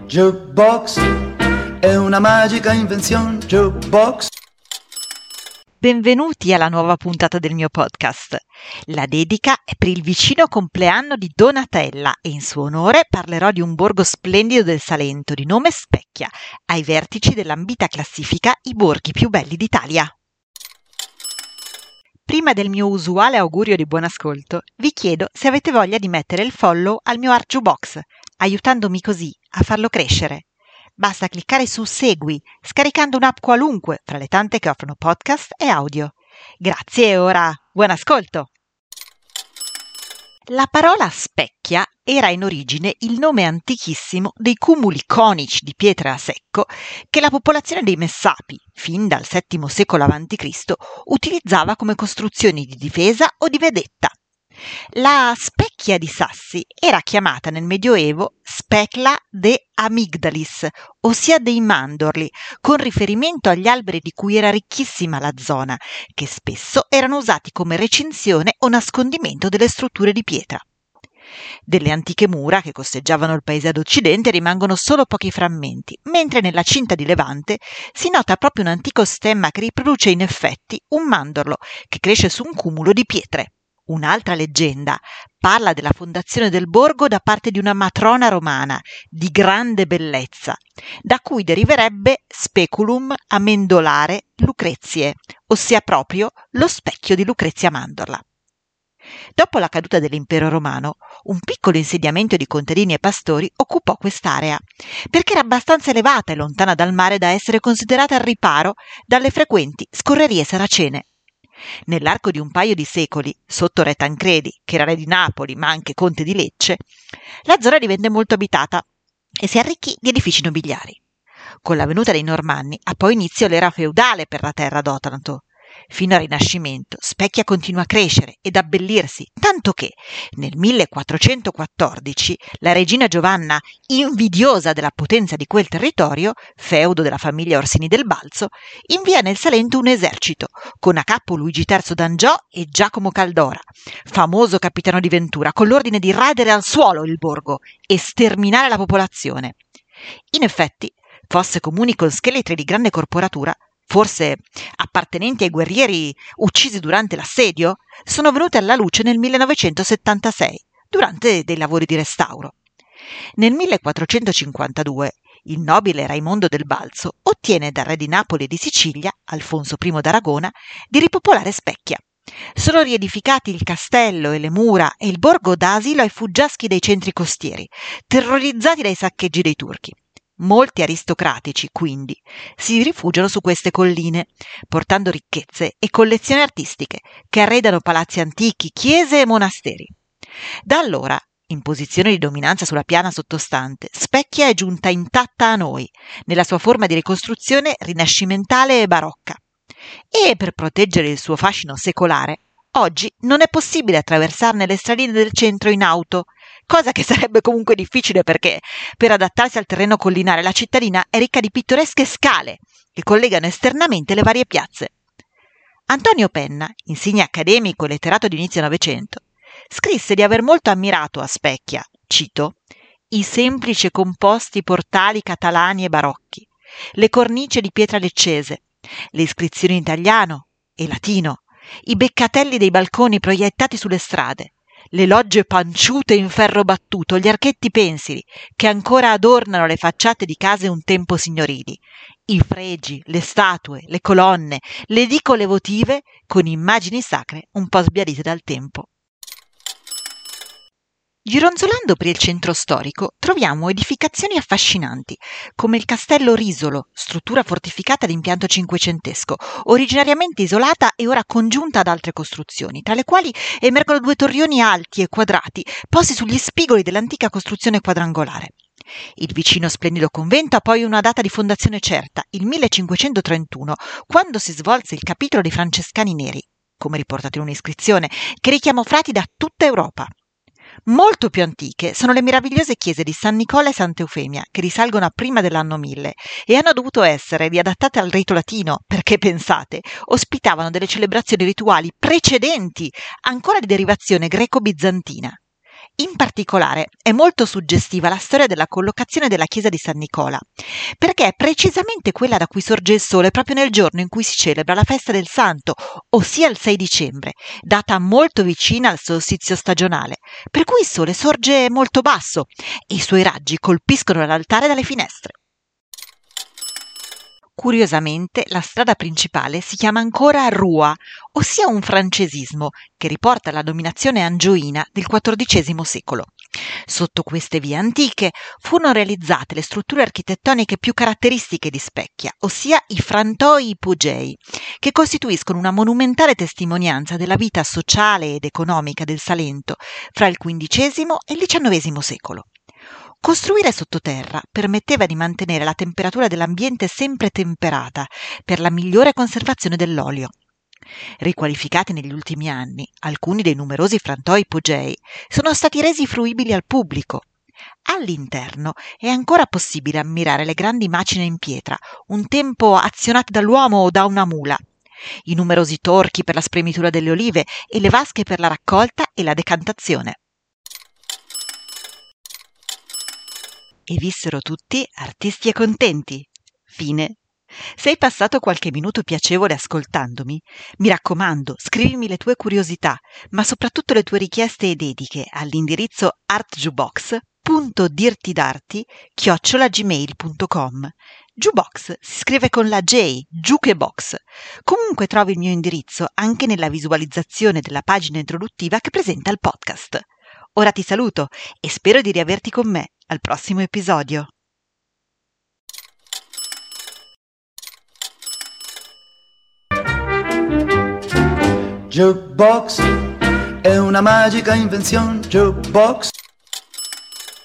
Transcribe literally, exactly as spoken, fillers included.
Jukebox è una magica invenzione. Jukebox. Benvenuti alla nuova puntata del mio podcast. La dedica è per il vicino compleanno di Donatella e in suo onore parlerò di un borgo splendido del Salento di nome Specchia, ai vertici dell'ambita classifica I borghi più belli d'Italia. Prima del mio usuale augurio di buon ascolto, vi chiedo se avete voglia di mettere il follow al mio Jukebox, aiutandomi così a farlo crescere. Basta cliccare su Segui, scaricando un'app qualunque tra le tante che offrono podcast e audio. Grazie e ora buon ascolto! La parola specchia era in origine il nome antichissimo dei cumuli conici di pietra a secco che la popolazione dei Messapi, fin dal settimo secolo avanti Cristo, utilizzava come costruzioni di difesa o di vedetta. La Specchia di Sassi era chiamata nel Medioevo Specla de Amygdalis, ossia dei mandorli, con riferimento agli alberi di cui era ricchissima la zona, che spesso erano usati come recinzione o nascondimento delle strutture di pietra. Delle antiche mura che costeggiavano il paese ad occidente rimangono solo pochi frammenti, mentre nella cinta di Levante si nota proprio un antico stemma che riproduce in effetti un mandorlo che cresce su un cumulo di pietre. Un'altra leggenda parla della fondazione del borgo da parte di una matrona romana di grande bellezza, da cui deriverebbe speculum amendolare Lucrezie, ossia proprio lo specchio di Lucrezia Mandorla. Dopo la caduta dell'impero romano, un piccolo insediamento di contadini e pastori occupò quest'area, perché era abbastanza elevata e lontana dal mare da essere considerata al riparo dalle frequenti scorrerie saracene. Nell'arco di un paio di secoli, sotto re Tancredi, che era re di Napoli ma anche conte di Lecce, la zona divenne molto abitata e si arricchì di edifici nobiliari. Con la venuta dei Normanni ha poi inizio l'era feudale per la terra d'Otranto. Fino al Rinascimento Specchia continua a crescere ed abbellirsi, tanto che nel millequattrocentoquattordici la regina Giovanna, invidiosa della potenza di quel territorio, feudo della famiglia Orsini del Balzo, invia nel Salento un esercito con a capo Luigi terzo d'Angiò e Giacomo Caldora, famoso capitano di Ventura, con l'ordine di radere al suolo il borgo e sterminare la popolazione. In effetti, fosse comuni con scheletri di grande corporatura, forse appartenenti ai guerrieri uccisi durante l'assedio, sono venute alla luce nel millenovecentosettantasei, durante dei lavori di restauro. Nel millequattrocentocinquantadue il nobile Raimondo del Balzo ottiene dal re di Napoli e di Sicilia, Alfonso primo d'Aragona, di ripopolare Specchia. Sono riedificati il castello e le mura e il borgo dà asilo ai fuggiaschi dei centri costieri, terrorizzati dai saccheggi dei turchi. Molti aristocratici, quindi, si rifugiano su queste colline, portando ricchezze e collezioni artistiche che arredano palazzi antichi, chiese e monasteri. Da allora, in posizione di dominanza sulla piana sottostante, Specchia è giunta intatta a noi, nella sua forma di ricostruzione rinascimentale e barocca. E per proteggere il suo fascino secolare, oggi non è possibile attraversarne le stradine del centro in auto, cosa che sarebbe comunque difficile perché, per adattarsi al terreno collinare, la cittadina è ricca di pittoresche scale che collegano esternamente le varie piazze. Antonio Penna, insigne accademico e letterato di inizio Novecento, scrisse di aver molto ammirato a Specchia, cito, i semplici e composti portali catalani e barocchi, le cornici di pietra leccese, le iscrizioni in italiano e latino, i beccatelli dei balconi proiettati sulle strade, le logge panciute in ferro battuto, gli archetti pensili che ancora adornano le facciate di case un tempo signorili, i fregi, le statue, le colonne, le edicole votive con immagini sacre un po' sbiadite dal tempo. Gironzolando per il centro storico troviamo edificazioni affascinanti, come il Castello Risolo, struttura fortificata di impianto cinquecentesco, originariamente isolata e ora congiunta ad altre costruzioni, tra le quali emergono due torrioni alti e quadrati, posti sugli spigoli dell'antica costruzione quadrangolare. Il vicino splendido convento ha poi una data di fondazione certa, il millecinquecentotrentuno, quando si svolse il capitolo dei Francescani Neri, come riportato in un'iscrizione, che richiamò frati da tutta Europa. Molto più antiche sono le meravigliose chiese di San Nicola e Santa Eufemia, che risalgono a prima dell'anno mille e hanno dovuto essere riadattate al rito latino perché, pensate, ospitavano delle celebrazioni rituali precedenti, ancora di derivazione greco-bizantina. In particolare è molto suggestiva la storia della collocazione della chiesa di San Nicola, perché è precisamente quella da cui sorge il sole proprio nel giorno in cui si celebra la festa del santo, ossia il sei dicembre, data molto vicina al solstizio stagionale, per cui il sole sorge molto basso e i suoi raggi colpiscono l'altare dalle finestre. Curiosamente, la strada principale si chiama ancora Rua, ossia un francesismo che riporta alla dominazione angioina del quattordicesimo secolo. Sotto queste vie antiche furono realizzate le strutture architettoniche più caratteristiche di Specchia, ossia i frantoi ipogei, che costituiscono una monumentale testimonianza della vita sociale ed economica del Salento fra il quindicesimo e il diciannovesimo secolo. Costruire sottoterra permetteva di mantenere la temperatura dell'ambiente sempre temperata per la migliore conservazione dell'olio. Riqualificati negli ultimi anni, alcuni dei numerosi frantoi ipogei sono stati resi fruibili al pubblico. All'interno è ancora possibile ammirare le grandi macine in pietra, un tempo azionate dall'uomo o da una mula, i numerosi torchi per la spremitura delle olive e le vasche per la raccolta e la decantazione. E vissero tutti artisti e contenti. Fine. Se hai passato qualche minuto piacevole ascoltandomi, mi raccomando, scrivimi le tue curiosità, ma soprattutto le tue richieste e dediche all'indirizzo artjukebox punto dirtidarti chiocciola gmail punto com. Jukebox si scrive con la J, Jukebox. Comunque trovi il mio indirizzo anche nella visualizzazione della pagina introduttiva che presenta il podcast. Ora ti saluto e spero di riaverti con me al prossimo episodio. Jukebox è una magica invenzione, Jukebox.